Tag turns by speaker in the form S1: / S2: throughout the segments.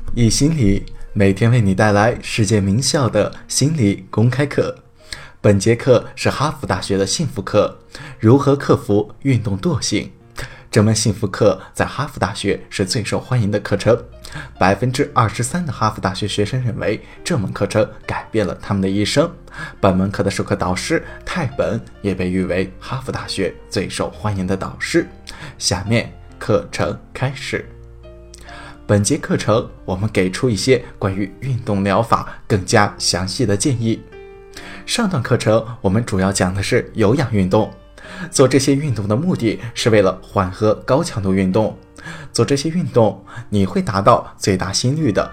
S1: 易心理每天为你带来世界名校的心理公开课。本节课是哈佛大学的幸福课，如何克服运动惰性。这门幸福课在哈佛大学是最受欢迎的课程，23%的哈佛大学学生认为这门课程改变了他们的一生。本门课的授课导师泰本也被誉为哈佛大学最受欢迎的导师。下面课程开始。本节课程我们给出一些关于运动疗法更加详细的建议。上段课程我们主要讲的是有氧运动，做这些运动的目的是为了缓和高强度运动。做这些运动你会达到最大心率的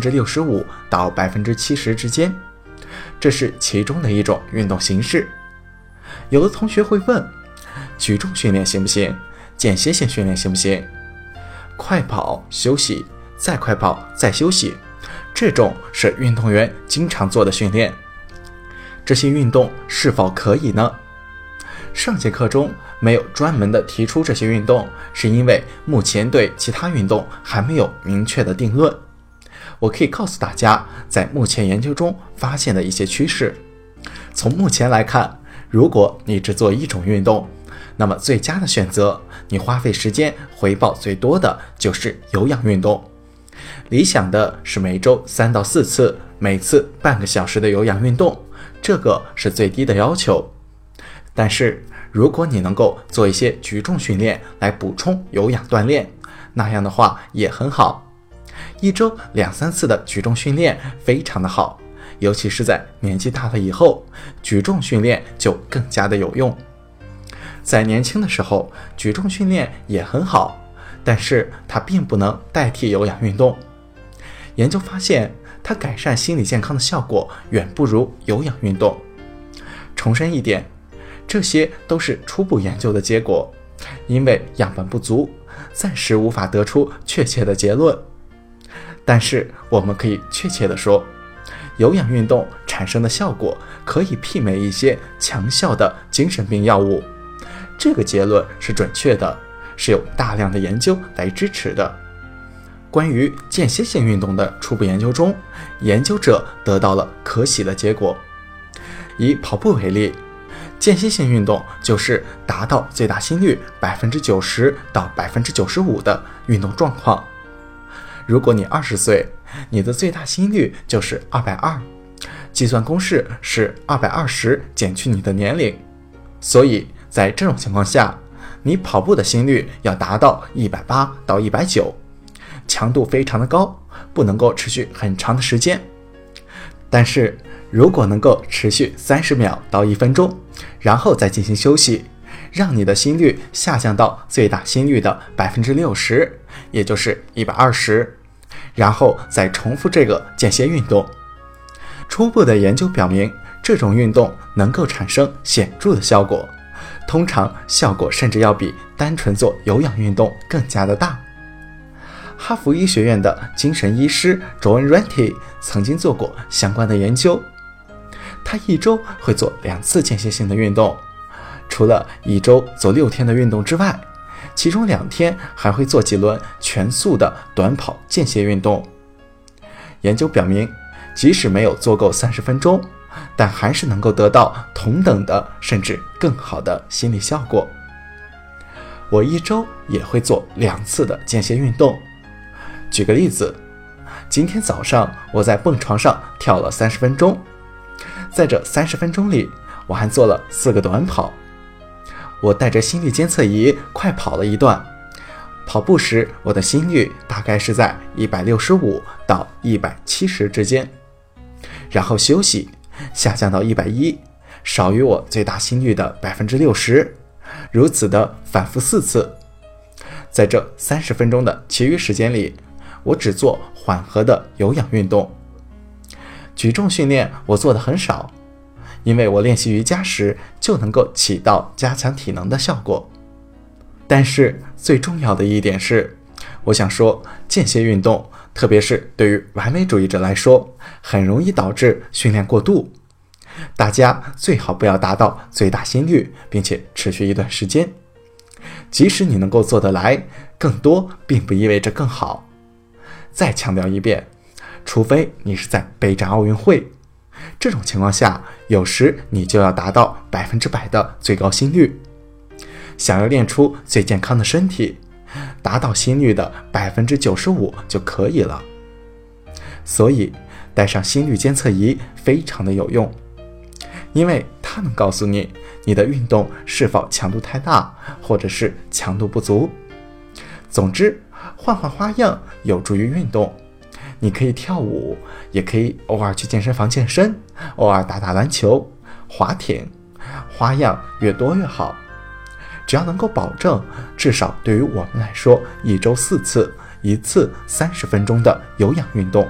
S1: 65% 到 70% 之间，这是其中的一种运动形式。有的同学会问，举重训练行不行？间歇性训练行不行？快跑休息，再快跑再休息，这种是运动员经常做的训练。这些运动是否可以呢？上节课中没有专门的提出这些运动，是因为目前对其他运动还没有明确的定论。我可以告诉大家，在目前研究中发现的一些趋势。从目前来看，如果你只做一种运动，那么最佳的选择，你花费时间回报最多的就是有氧运动。理想的是每周3到4次，每次半个小时的有氧运动，这个是最低的要求。但是如果你能够做一些举重训练来补充有氧锻炼，那样的话也很好。一周2-3次的举重训练非常的好，尤其是在年纪大了以后，举重训练就更加的有用。在年轻的时候，举重训练也很好，但是它并不能代替有氧运动。研究发现，它改善心理健康的效果远不如有氧运动。重申一点，这些都是初步研究的结果，因为样本不足，暂时无法得出确切的结论。但是我们可以确切地说，有氧运动产生的效果可以媲美一些强效的精神病药物。这个结论是准确的，是有大量的研究来支持的。关于间歇性运动的初步研究中，研究者得到了可喜的结果。以跑步为例，间歇性运动就是达到最大心率 90% 到 95% 的运动状况。如果你20岁，你的最大心率就是220，计算公式是220减去你的年龄，所以在这种情况下，你跑步的心率要达到180到190，强度非常的高，不能够持续很长的时间。但是如果能够持续30秒到1分钟，然后再进行休息，让你的心率下降到最大心率的 60%， 也就是120，然后再重复这个间歇运动。初步的研究表明，这种运动能够产生显著的效果，通常效果甚至要比单纯做有氧运动更加的大。哈佛医学院的精神医师 Joan Ranty 曾经做过相关的研究，他一周会做2次间歇性的运动，除了一周做6天的运动之外，其中2天还会做几轮全速的短跑间歇运动。研究表明，即使没有做够30分钟，但还是能够得到同等的甚至更好的心理效果。我一周也会做2次的间歇运动。举个例子，今天早上我在蹦床上跳了30分钟，在这30分钟里，我还做了4个短跑。我带着心率监测仪快跑了一段，跑步时我的心率大概是在165到170之间，然后休息，下降到110，少于我最大心率的 60%， 如此的反复4次。在这30分钟的其余时间里，我只做缓和的有氧运动。举重训练我做的很少，因为我练习瑜伽时就能够起到加强体能的效果。但是最重要的一点是，我想说，间歇运动，特别是对于完美主义者来说，很容易导致训练过度。大家最好不要达到最大心率，并且持续一段时间。即使你能够做得来，更多并不意味着更好。 再强调一遍，除非你是在备战奥运会，这种情况下，有时你就要达到100%的最高心率。想要练出最健康的身体，达到心率的95%就可以了。所以带上心率监测仪非常的有用，因为它能告诉你你的运动是否强度太大，或者是强度不足。总之，换换花样有助于运动。你可以跳舞，也可以偶尔去健身房健身，偶尔打打篮球、滑艇，花样越多越好。只要能够保证至少对于我们来说1周4次，1次30分钟的有氧运动。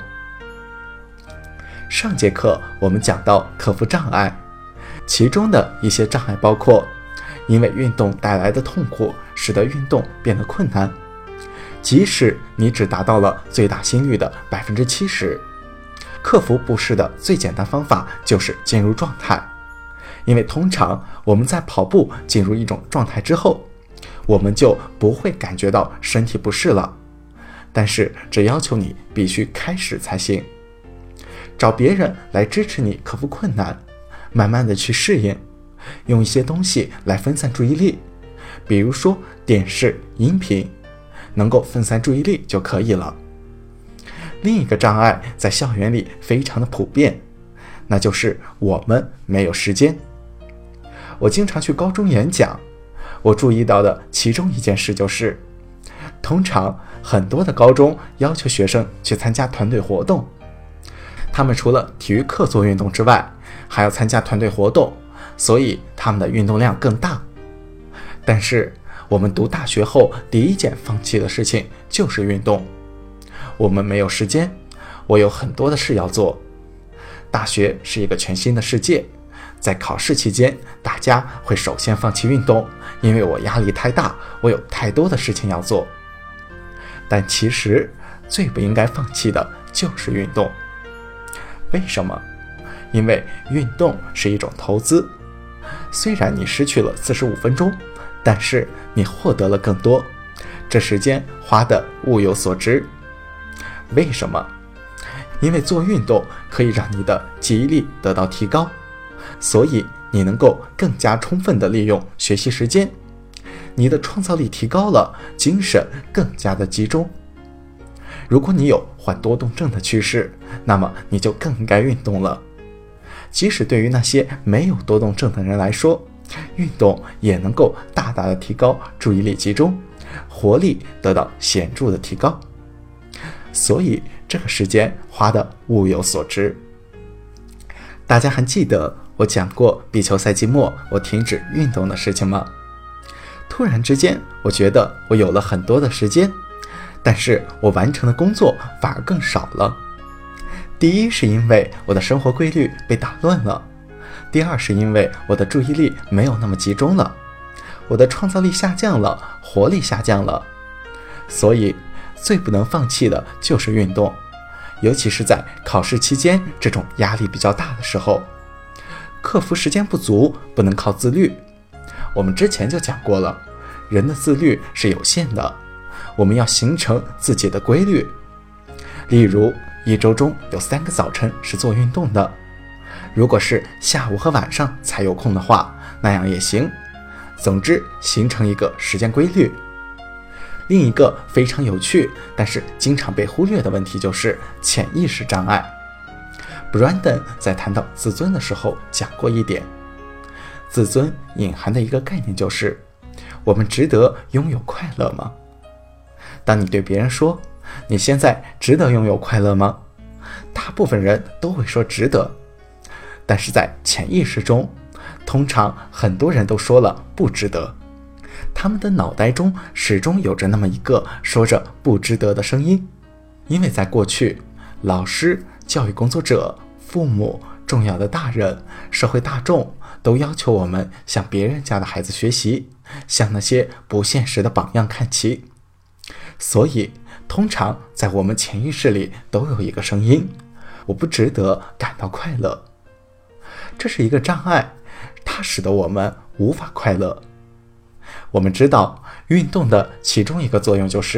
S1: 上节课我们讲到克服障碍，其中的一些障碍包括因为运动带来的痛苦使得运动变得困难，即使你只达到了最大心率的70%，克服不适的最简单方法就是进入状态。因为通常我们在跑步进入一种状态之后，我们就不会感觉到身体不适了，但是这要求你必须开始才行。找别人来支持你克服困难，慢慢的去适应，用一些东西来分散注意力，比如说电视、音频，能够分散注意力就可以了。另一个障碍在校园里非常的普遍，那就是我们没有时间。我经常去高中演讲，我注意到的其中一件事就是，通常很多的高中要求学生去参加团队活动，他们除了体育课做运动之外，还要参加团队活动，所以他们的运动量更大。但是我们读大学后第一件放弃的事情就是运动。我们没有时间，我有很多的事要做。大学是一个全新的世界，在考试期间，大家会首先放弃运动，因为我压力太大，我有太多的事情要做。但其实最不应该放弃的就是运动。为什么？因为运动是一种投资，虽然你失去了45分钟，但是你获得了更多，这时间花得物有所值。为什么？因为做运动可以让你的记忆力得到提高，所以你能够更加充分地利用学习时间，你的创造力提高了，精神更加的集中。如果你有患多动症的趋势，那么你就更应该运动了。即使对于那些没有多动症的人来说，运动也能够大大的提高注意力集中，活力得到显著的提高。所以这个时间花的物有所值。大家还记得我讲过壁球赛季末我停止运动的事情吗？突然之间我觉得我有了很多的时间，但是我完成的工作反而更少了。第一是因为我的生活规律被打乱了，第二是因为我的注意力没有那么集中了，我的创造力下降了，活力下降了。所以最不能放弃的就是运动，尤其是在考试期间这种压力比较大的时候。克服时间不足不能靠自律，我们之前就讲过了，人的自律是有限的，我们要形成自己的规律。例如一周中有3个早晨是做运动的，如果是下午和晚上才有空的话，那样也行。总之形成一个时间规律。另一个非常有趣但是经常被忽略的问题就是潜意识障碍。Brandon 在谈到自尊的时候讲过一点，自尊隐含的一个概念就是我们值得拥有快乐吗？当你对别人说你现在值得拥有快乐吗？大部分人都会说值得，但是在潜意识中，通常很多人都说了不值得。他们的脑袋中始终有着那么一个说着不值得的声音，因为在过去，老师、教育工作者、父母、重要的大人、社会大众都要求我们向别人家的孩子学习，向那些不现实的榜样看齐。所以通常在我们潜意识里都有一个声音，我不值得感到快乐。这是一个障碍，它使得我们无法快乐。我们知道运动的其中一个作用就是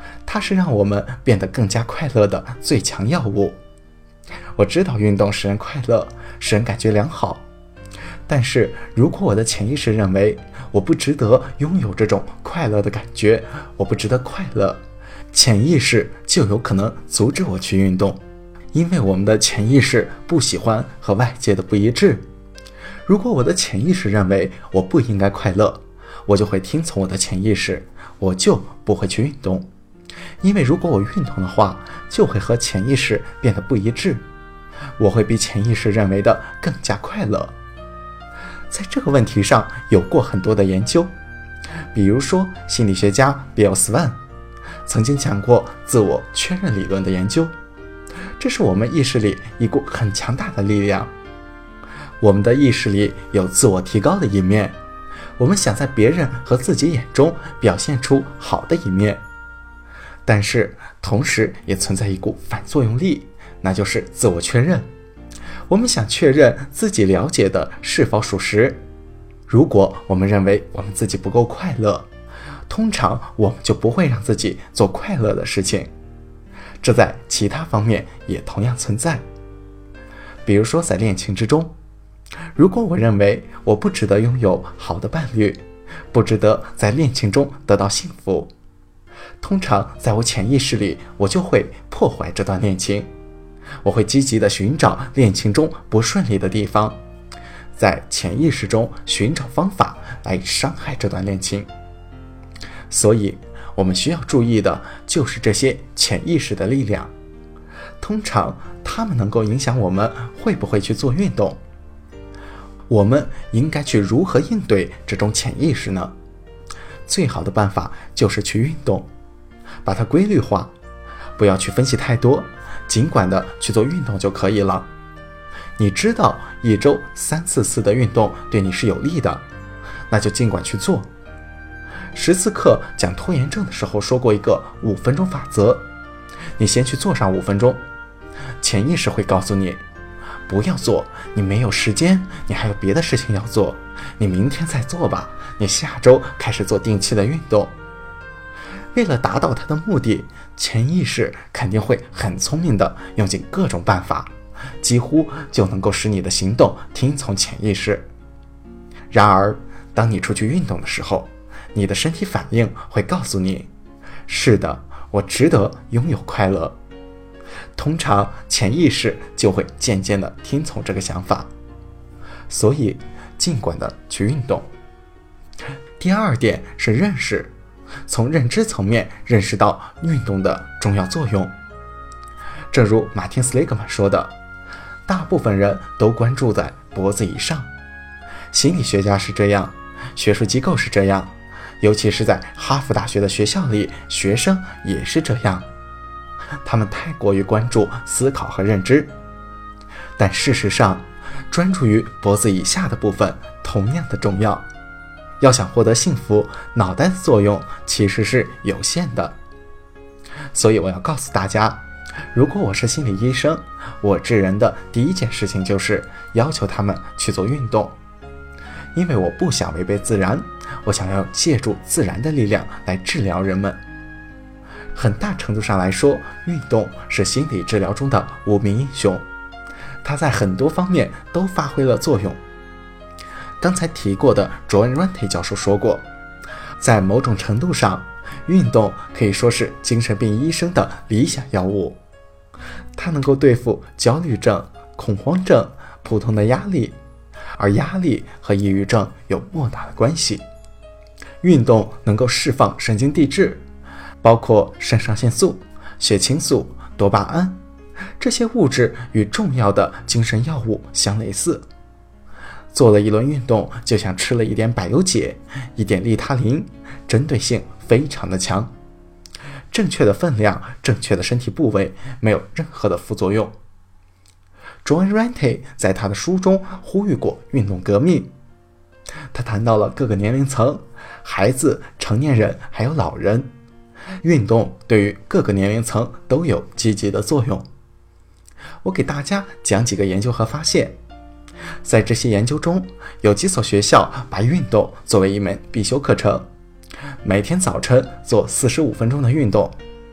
S1: 它是让我们变得更加快乐的最强药物。我知道运动使人快乐，使人感觉良好，但是如果我的潜意识认为我不值得拥有这种快乐的感觉，我不值得快乐，潜意识就有可能阻止我去运动，因为我们的潜意识不喜欢和外界的不一致。如果我的潜意识认为我不应该快乐，我就会听从我的潜意识，我就不会去运动。因为如果我运动的话，就会和潜意识变得不一致，我会比潜意识认为的更加快乐。在这个问题上有过很多的研究，比如说心理学家 Bill Swan 曾经讲过自我确认理论的研究，这是我们意识里一股很强大的力量。我们的意识里有自我提高的一面，我们想在别人和自己眼中表现出好的一面，但是同时也存在一股反作用力，那就是自我确认。我们想确认自己了解的是否属实。如果我们认为我们自己不够快乐，通常我们就不会让自己做快乐的事情。这在其他方面也同样存在。比如说在恋情之中，如果我认为我不值得拥有好的伴侣，不值得在恋情中得到幸福，通常在我潜意识里，我就会破坏这段恋情。我会积极地寻找恋情中不顺利的地方，在潜意识中寻找方法来伤害这段恋情。所以我们需要注意的就是这些潜意识的力量，通常它们能够影响我们会不会去做运动。我们应该去如何应对这种潜意识呢？最好的办法就是去运动，把它规律化，不要去分析太多，尽管的去做运动就可以了。你知道一周3-4次的运动对你是有利的，那就尽管去做。十字克讲拖延症的时候说过一个5分钟法则，你先去做上5分钟，潜意识会告诉你不要做，你没有时间，你还有别的事情要做，你明天再做吧，你下周开始做定期的运动。为了达到它的目的，潜意识肯定会很聪明的用尽各种办法，几乎就能够使你的行动听从潜意识。然而当你出去运动的时候，你的身体反应会告诉你，是的，我值得拥有快乐。通常潜意识就会渐渐地听从这个想法，所以尽管的去运动。第二点是认识，从认知层面认识到运动的重要作用。正如马丁·斯雷格曼说的，大部分人都关注在脖子以上，心理学家是这样，学术机构是这样，尤其是在哈佛大学的学校里，学生也是这样。他们太过于关注思考和认知，但事实上，专注于脖子以下的部分同样的重要。要想获得幸福，脑袋的作用其实是有限的。所以我要告诉大家，如果我是心理医生，我治人的第一件事情就是要求他们去做运动，因为我不想违背自然，我想要借助自然的力量来治疗人们。很大程度上来说，运动是心理治疗中的无名英雄，它在很多方面都发挥了作用。刚才提过的卓恩·软特教授说过，在某种程度上，运动可以说是精神病医生的理想药物，它能够对付焦虑症、恐慌症、普通的压力，而压力和抑郁症有莫大的关系。运动能够释放神经递质，包括肾上腺素、血清素、多巴胺，这些物质与重要的精神药物相类似。做了一轮运动，就像吃了一点百忧解、一点利他林，针对性非常的强。正确的分量、正确的身体部位，没有任何的副作用。卓恩·软特在他的书中呼吁过运动革命，他谈到了各个年龄层，孩子、成年人还有老人，运动对于各个年龄层都有积极的作用。我给大家讲几个研究和发现。在这些研究中，有几所学校把运动作为一门必修课程，每天早晨做45分钟的运动，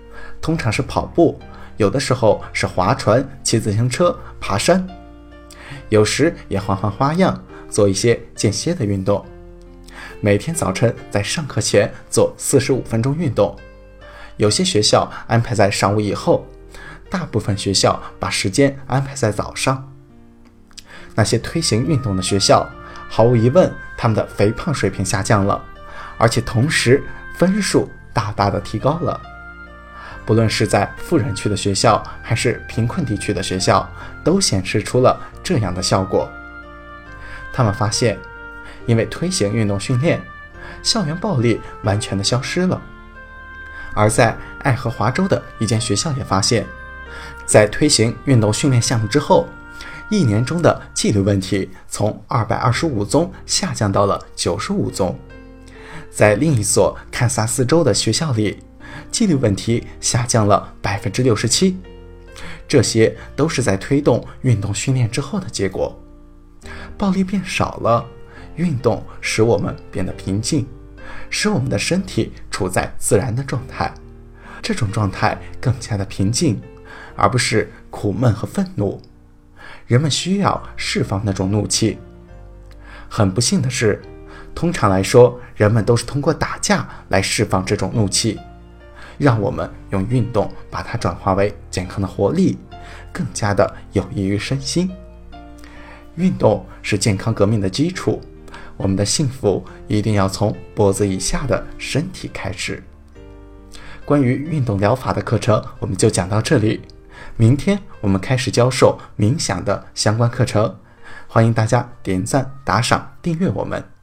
S1: 通常是跑步，有的时候是划船、骑自行车、爬山，有时也换换花样，做一些间歇的运动。每天早晨在上课前做45分钟运动，有些学校安排在上午以后，大部分学校把时间安排在早上。那些推行运动的学校，毫无疑问，他们的肥胖水平下降了，而且同时分数大大的提高了。不论是在富人区的学校还是贫困地区的学校，都显示出了这样的效果。他们发现，因为推行运动训练，校园暴力完全的消失了。而在爱荷华州的一间学校也发现，在推行运动训练项目之后，1年中的纪律问题从225宗下降到了95宗。在另一所堪萨斯州的学校里，纪律问题下降了 67%。 这些都是在推动运动训练之后的结果。暴力变少了，运动使我们变得平静，使我们的身体处在自然的状态。这种状态更加的平静，而不是苦闷和愤怒。人们需要释放那种怒气。很不幸的是，通常来说，人们都是通过打架来释放这种怒气。让我们用运动把它转化为健康的活力，更加的有益于身心。运动是健康革命的基础，我们的幸福一定要从脖子以下的身体开始。关于运动疗法的课程我们就讲到这里，明天我们开始教授冥想的相关课程，欢迎大家点赞、打赏、订阅我们。